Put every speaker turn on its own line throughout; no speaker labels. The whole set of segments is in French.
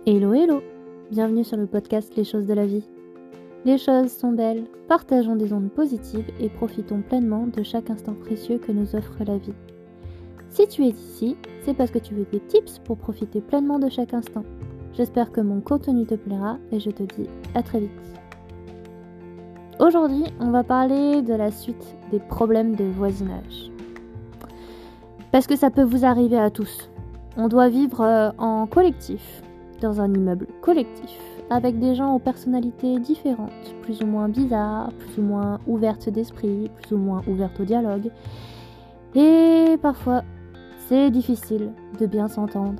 Hello hello, bienvenue sur le podcast Les choses de la vie. Les choses sont belles, partageons des ondes positives et profitons pleinement de chaque instant précieux que nous offre la vie. Si tu es ici, c'est parce que tu veux des tips pour profiter pleinement de chaque instant. J'espère que mon contenu te plaira et je te dis à très vite. Aujourd'hui, on va parler de la suite des problèmes de voisinage. Parce que ça peut vous arriver à tous. On doit vivre en collectif, dans un immeuble collectif, avec des gens aux personnalités différentes, plus ou moins bizarres, plus ou moins ouvertes d'esprit, plus ou moins ouvertes au dialogue. Et parfois, c'est difficile de bien s'entendre.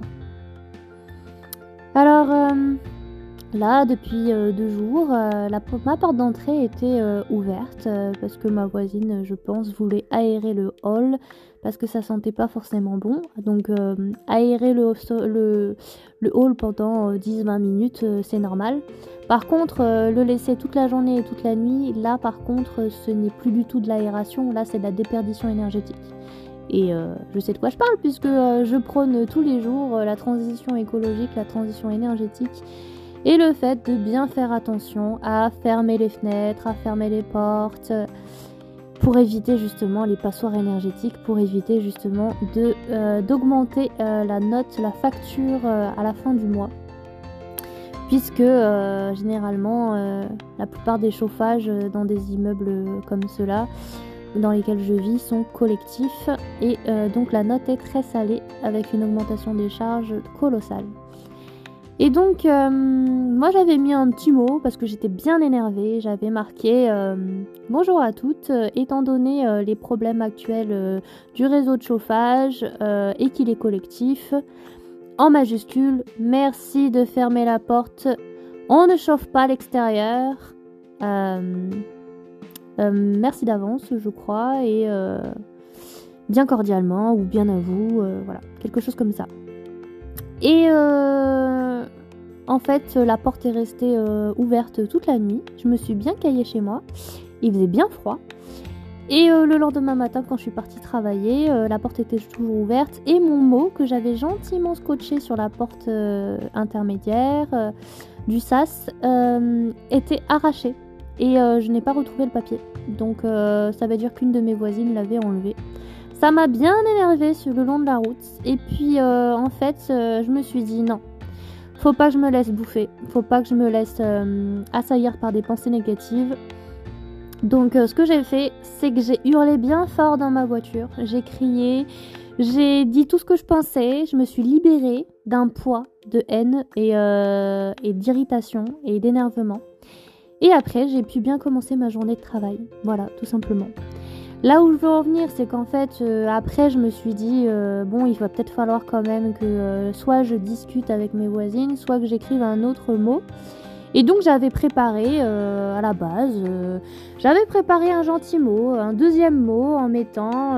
Alors, là, depuis 2 jours, ma porte d'entrée était ouverte parce que ma voisine, je pense, voulait aérer le hall parce que ça sentait pas forcément bon. Donc, aérer le hall pendant 10-20 minutes, c'est normal. Par contre, le laisser toute la journée et toute la nuit, là, par contre, ce n'est plus du tout de l'aération. Là, c'est de la déperdition énergétique. Et je sais de quoi je parle puisque je prône tous les jours la transition écologique, la transition énergétique et le fait de bien faire attention à fermer les fenêtres, à fermer les portes pour éviter justement les passoires énergétiques, pour éviter justement d'augmenter la note, la facture à la fin du mois. Puisque généralement la plupart des chauffages dans des immeubles comme ceux-là dans lesquels je vis sont collectifs et donc la note est très salée avec une augmentation des charges colossale. Et donc moi j'avais mis un petit mot parce que j'étais bien énervée, j'avais marqué bonjour à toutes, étant donné les problèmes actuels du réseau de chauffage et qu'il est collectif, en majuscule, merci de fermer la porte, on ne chauffe pas à l'extérieur. Merci d'avance, je crois, et bien cordialement, ou bien à vous, voilà, quelque chose comme ça. Et en fait, la porte est restée ouverte toute la nuit. Je me suis bien caillée chez moi. Il faisait bien froid. Et le lendemain matin, quand je suis partie travailler, la porte était toujours ouverte. Et mon mot, que j'avais gentiment scotché sur la porte intermédiaire du sas, était arraché. Et je n'ai pas retrouvé le papier. Donc ça veut dire qu'une de mes voisines l'avait enlevé. Ça m'a bien énervée sur le long de la route. Et puis en fait, je me suis dit non. Faut pas que je me laisse bouffer. Faut pas que je me laisse assaillir par des pensées négatives. Donc ce que j'ai fait, c'est que j'ai hurlé bien fort dans ma voiture. J'ai crié. J'ai dit tout ce que je pensais. Je me suis libérée d'un poids de haine et d'irritation et d'énervement. Et après, j'ai pu bien commencer ma journée de travail. Voilà, tout simplement. Là où je veux en venir, c'est qu'en fait, après, je me suis dit, bon, il va peut-être falloir quand même que soit je discute avec mes voisines, soit que j'écrive un autre mot. Et donc, j'avais préparé, à la base, j'avais préparé un gentil mot, un deuxième mot en mettant...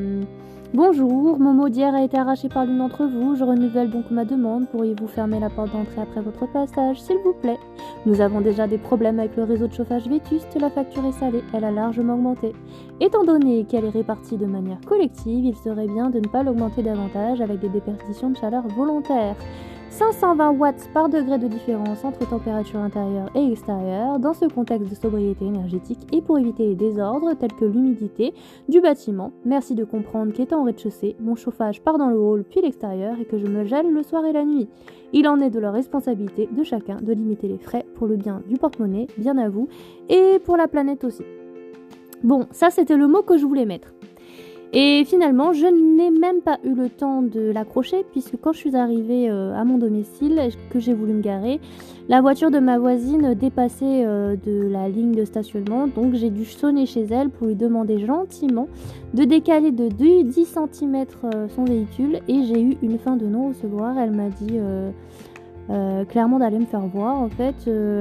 Bonjour, mon mot d'hier a été arraché par l'une d'entre vous. Je renouvelle donc ma demande. Pourriez-vous fermer la porte d'entrée après votre passage, s'il vous plaît? Nous avons déjà des problèmes avec le réseau de chauffage vétuste. La facture est salée. Elle a largement augmenté. Étant donné qu'elle est répartie de manière collective, il serait bien de ne pas l'augmenter davantage avec des déperditions de chaleur volontaires. 520 watts par degré de différence entre température intérieure et extérieure dans ce contexte de sobriété énergétique et pour éviter les désordres tels que l'humidité du bâtiment. Merci de comprendre qu'étant au rez-de-chaussée, mon chauffage part dans le hall puis l'extérieur et que je me gèle le soir et la nuit. Il en est de la responsabilité de chacun de limiter les frais pour le bien du porte-monnaie, bien à vous, et pour la planète aussi. Bon, ça c'était le mot que je voulais mettre. Et finalement, je n'ai même pas eu le temps de l'accrocher puisque quand je suis arrivée à mon domicile, que j'ai voulu me garer, la voiture de ma voisine dépassait de la ligne de stationnement. Donc j'ai dû sonner chez elle pour lui demander gentiment de décaler de 10 cm son véhicule et j'ai eu une fin de non-recevoir. Elle m'a dit clairement d'aller me faire voir en fait,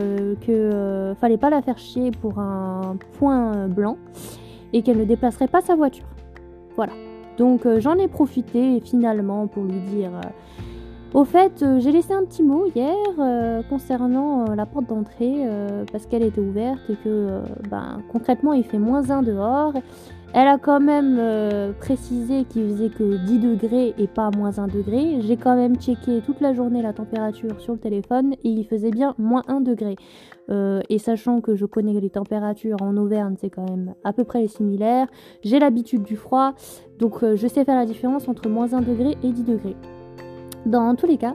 que fallait pas la faire chier pour un point blanc et qu'elle ne déplacerait pas sa voiture. Voilà, donc j'en ai profité finalement pour lui dire au fait, j'ai laissé un petit mot hier concernant la porte d'entrée parce qu'elle était ouverte et que concrètement il fait -1 dehors Elle a quand même précisé qu'il faisait que 10 degrés et pas moins 1 degré. J'ai quand même checké toute la journée la température sur le téléphone et il faisait bien moins 1 degré. Et sachant que je connais les températures en Auvergne, c'est quand même à peu près similaire. J'ai l'habitude du froid, donc je sais faire la différence entre moins 1 degré et 10 degrés. Dans tous les cas,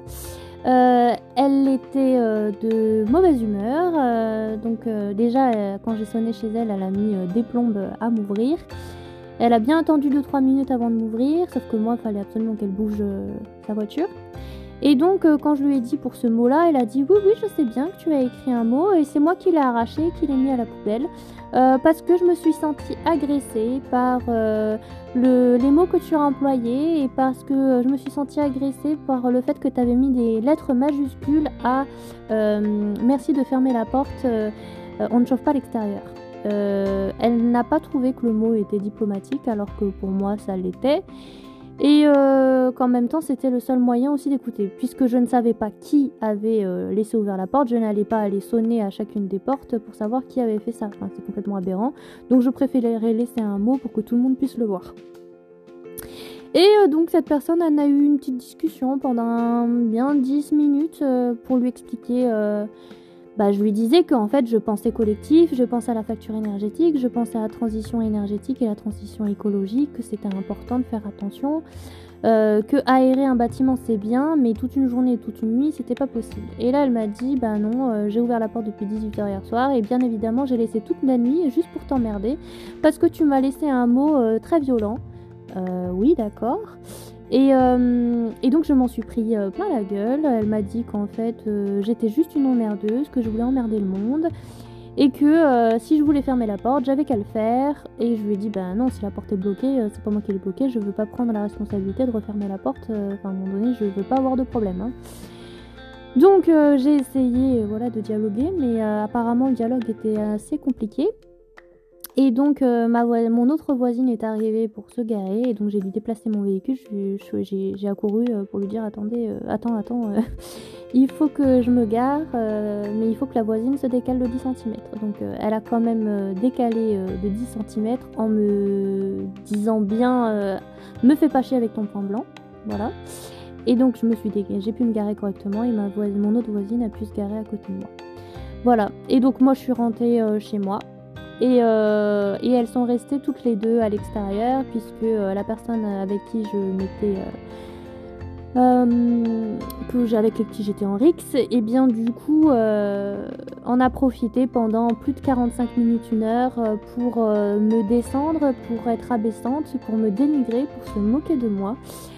elle était de mauvaise humeur. Déjà, quand j'ai sonné chez elle, elle a mis des plombes à m'ouvrir. Elle a bien attendu 2-3 minutes avant de m'ouvrir, sauf que moi, il fallait absolument qu'elle bouge sa voiture. Et donc, quand je lui ai dit pour ce mot-là, elle a dit oui, je sais bien que tu as écrit un mot et c'est moi qui l'ai arraché, qui l'ai mis à la poubelle. Parce que je me suis sentie agressée par les mots que tu as employés et parce que je me suis sentie agressée par le fait que tu avais mis des lettres majuscules à merci de fermer la porte, on ne chauffe pas l'extérieur. Elle n'a pas trouvé que le mot était diplomatique alors que pour moi ça l'était. Et qu'en même temps c'était le seul moyen aussi d'écouter. Puisque je ne savais pas qui avait laissé ouvert la porte, je n'allais pas aller sonner à chacune des portes pour savoir qui avait fait ça. Enfin, c'est complètement aberrant. Donc je préférerais laisser un mot pour que tout le monde puisse le voir. Et donc cette personne en a eu une petite discussion pendant bien 10 minutes pour lui expliquer... je lui disais qu'en fait je pensais collectif, je pensais à la facture énergétique, je pensais à la transition énergétique et la transition écologique, que c'était important de faire attention, que aérer un bâtiment c'est bien, mais toute une journée et toute une nuit c'était pas possible. Et là elle m'a dit non, j'ai ouvert la porte depuis 18h hier soir et bien évidemment j'ai laissé toute la nuit juste pour t'emmerder parce que tu m'as laissé un mot très violent. Oui d'accord. Et donc je m'en suis pris plein la gueule. Elle m'a dit qu'en fait j'étais juste une emmerdeuse, que je voulais emmerder le monde et que si je voulais fermer la porte j'avais qu'à le faire. Et je lui ai dit non, si la porte est bloquée, c'est pas moi qui l'ai bloquée, je veux pas prendre la responsabilité de refermer la porte, à un moment donné je veux pas avoir de problème hein. Donc j'ai essayé de dialoguer, mais apparemment le dialogue était assez compliqué. Et donc mon autre voisine est arrivée pour se garer et donc j'ai dû déplacer mon véhicule. J'ai accouru pour lui dire attendez, attends, il faut que je me gare, mais il faut que la voisine se décale de 10 cm. Donc elle a quand même décalé de 10 cm en me disant bien me fais pas chier avec ton point blanc, voilà. Et donc j'ai pu me garer correctement et mon autre voisine a pu se garer à côté de moi. Voilà, et donc moi je suis rentrée chez moi. Et elles sont restées toutes les deux à l'extérieur puisque la personne avec qui avec qui j'étais en rixe, et bien du coup en a profité pendant plus de 45 minutes, 1 heure pour me descendre, pour être abaissante, pour me dénigrer, pour se moquer de moi.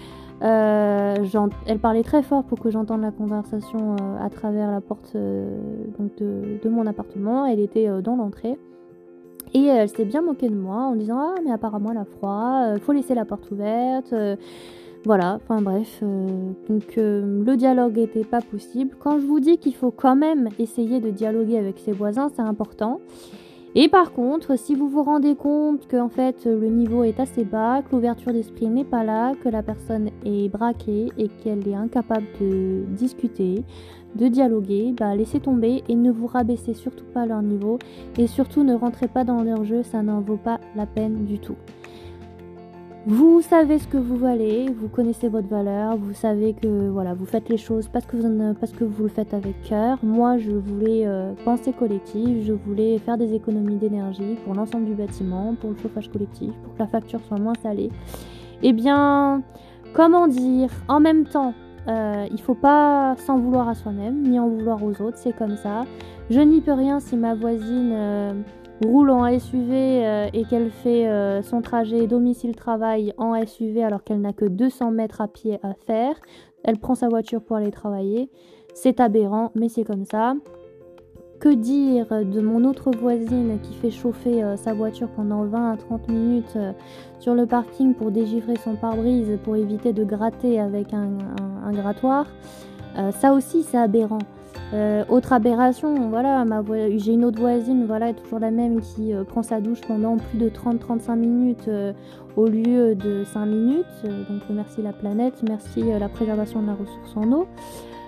Elle parlait très fort pour que j'entende la conversation à travers la porte de mon appartement. Elle était dans l'entrée. Et elle s'est bien moquée de moi en disant ah mais apparemment elle a froid, faut laisser la porte ouverte, voilà, enfin bref, donc le dialogue n'était pas possible. Quand je vous dis qu'il faut quand même essayer de dialoguer avec ses voisins, c'est important. Et par contre, si vous vous rendez compte qu'en fait le niveau est assez bas, que l'ouverture d'esprit n'est pas là, que la personne est braquée et qu'elle est incapable de discuter, de dialoguer, laissez tomber et ne vous rabaissez surtout pas à leur niveau et surtout ne rentrez pas dans leur jeu, ça n'en vaut pas la peine du tout. Vous savez ce que vous valez, vous connaissez votre valeur, vous savez que vous faites les choses parce que vous le faites avec cœur. Moi, je voulais penser collectif, je voulais faire des économies d'énergie pour l'ensemble du bâtiment, pour le chauffage collectif, pour que la facture soit moins salée. Eh bien, comment dire, en même temps, il faut pas s'en vouloir à soi-même, ni en vouloir aux autres, c'est comme ça. Je n'y peux rien si ma voisine roule en SUV et qu'elle fait son trajet domicile-travail en SUV alors qu'elle n'a que 200 mètres à pied à faire. Elle prend sa voiture pour aller travailler. C'est aberrant, mais c'est comme ça. Que dire de mon autre voisine qui fait chauffer sa voiture pendant 20 à 30 minutes sur le parking pour dégivrer son pare-brise pour éviter de gratter avec un grattoir. Ça aussi c'est aberrant. Autre aberration, j'ai une autre voisine, toujours la même, qui prend sa douche pendant plus de 30-35 minutes au lieu de 5 minutes. Donc merci la planète, merci la préservation de la ressource en eau.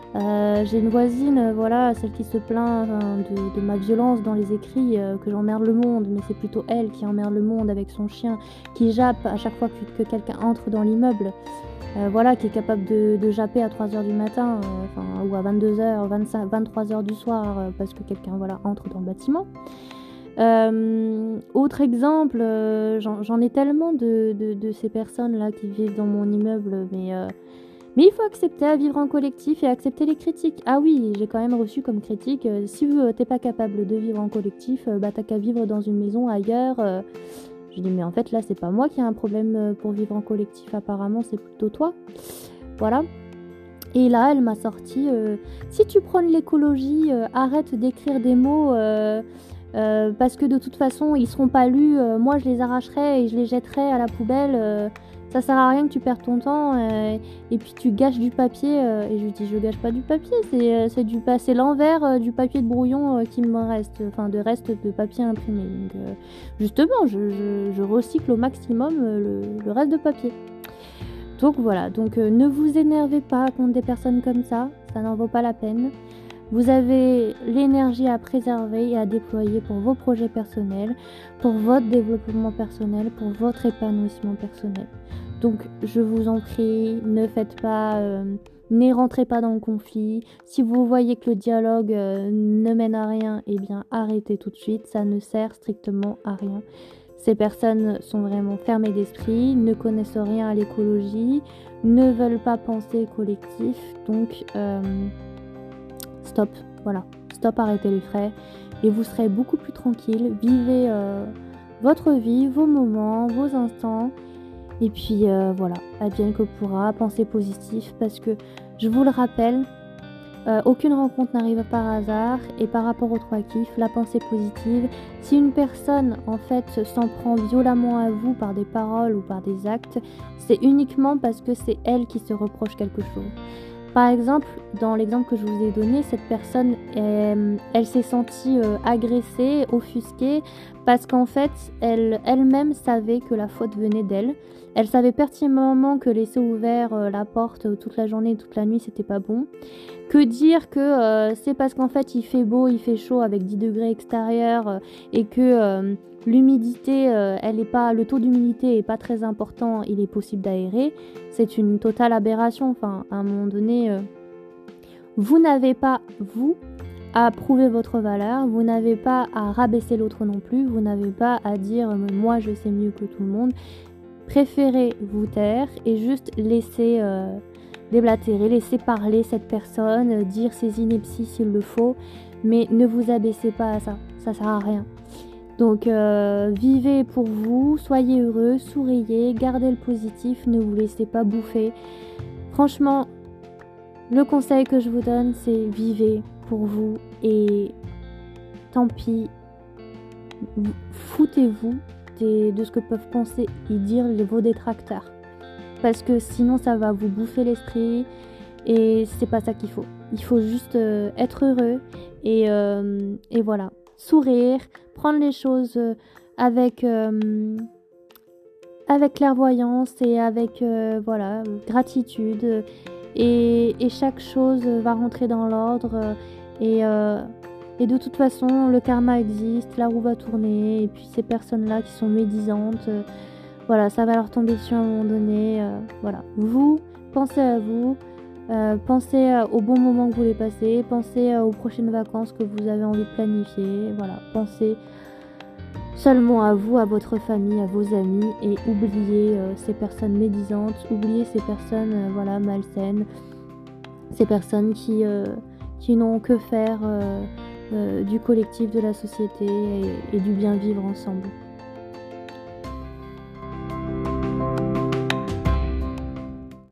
J'ai une voisine, voilà, celle qui se plaint de ma violence dans les écrits, que j'emmerde le monde, mais c'est plutôt elle qui emmerde le monde avec son chien, qui jappe à chaque fois que quelqu'un entre dans l'immeuble. Voilà, qui est capable de japper à 3 heures du matin, ou à 22 h, 23 h du soir, parce que quelqu'un voilà, entre dans le bâtiment. Autre exemple, j'en ai tellement de ces personnes-là qui vivent dans mon immeuble, mais il faut accepter à vivre en collectif et accepter les critiques. Ah oui, j'ai quand même reçu comme critique, si t'es pas capable de vivre en collectif, t'as qu'à vivre dans une maison ailleurs. Je dis mais en fait là c'est pas moi qui ai un problème pour vivre en collectif, apparemment c'est plutôt toi. Voilà. Et là elle m'a sorti, si tu prônes l'écologie, arrête d'écrire des mots parce que de toute façon ils seront pas lus, moi je les arracherai et je les jetterai à la poubelle. Ça sert à rien que tu perdes ton temps et puis tu gâches du papier. Et je lui dis je gâche pas du papier, c'est l'envers du papier de brouillon qui me reste, enfin de reste de papier imprimé. Donc justement je recycle au maximum le reste de papier. Donc voilà, donc ne vous énervez pas contre des personnes comme ça n'en vaut pas la peine. Vous avez l'énergie à préserver et à déployer pour vos projets personnels, pour votre développement personnel, pour votre épanouissement personnel. Donc je vous en prie, ne faites pas, ne rentrez pas dans le conflit. Si vous voyez que le dialogue ne mène à rien, eh bien arrêtez tout de suite, ça ne sert strictement à rien. Ces personnes sont vraiment fermées d'esprit, ne connaissent rien à l'écologie, ne veulent pas penser collectif, donc stop, voilà, stop, arrêtez les frais et vous serez beaucoup plus tranquille. Vivez votre vie, vos moments, vos instants et puis voilà, advienne que pourra, pensez positif parce que je vous le rappelle, aucune rencontre n'arrive par hasard et par rapport aux 3 kiffs, la pensée positive, si une personne en fait s'en prend violemment à vous par des paroles ou par des actes, c'est uniquement parce que c'est elle qui se reproche quelque chose. Par exemple, dans l'exemple que je vous ai donné, cette personne, elle s'est sentie agressée, offusquée, parce qu'en fait, elle-même savait que la faute venait d'elle. Elle savait pertinemment que laisser ouvert la porte toute la journée et toute la nuit, c'était pas bon. Que dire que c'est parce qu'en fait, il fait beau, il fait chaud avec 10 degrés extérieurs et que l'humidité, le taux d'humidité est pas très important, il est possible d'aérer. C'est une totale aberration. Enfin, à un moment donné, vous n'avez pas, vous, à prouver votre valeur, vous n'avez pas à rabaisser l'autre non plus, vous n'avez pas à dire moi je sais mieux que tout le monde. Préférez vous taire et juste laisser déblatérer, laisser parler cette personne, dire ses inepties s'il le faut, mais ne vous abaissez pas à ça sert à rien. Donc vivez pour vous, soyez heureux, souriez, gardez le positif, ne vous laissez pas bouffer. Franchement, le conseil que je vous donne, c'est vivez pour vous et tant pis, foutez-vous de ce que peuvent penser et dire vos détracteurs. Parce que sinon ça va vous bouffer l'esprit et c'est pas ça qu'il faut. Il faut juste être heureux et voilà, sourire, prendre les choses avec clairvoyance et avec gratitude et chaque chose va rentrer dans l'ordre et de toute façon le karma existe, la roue va tourner et puis ces personnes-là qui sont médisantes, voilà, ça va leur tomber dessus à un moment donné. Voilà, vous, pensez à vous, pensez au bon moment que vous voulez passer, pensez aux prochaines vacances que vous avez envie de planifier. Voilà, pensez seulement à vous, à votre famille, à vos amis et oubliez ces personnes médisantes, oubliez ces personnes malsaines, ces personnes qui n'ont que faire du collectif, de la société et du bien vivre ensemble.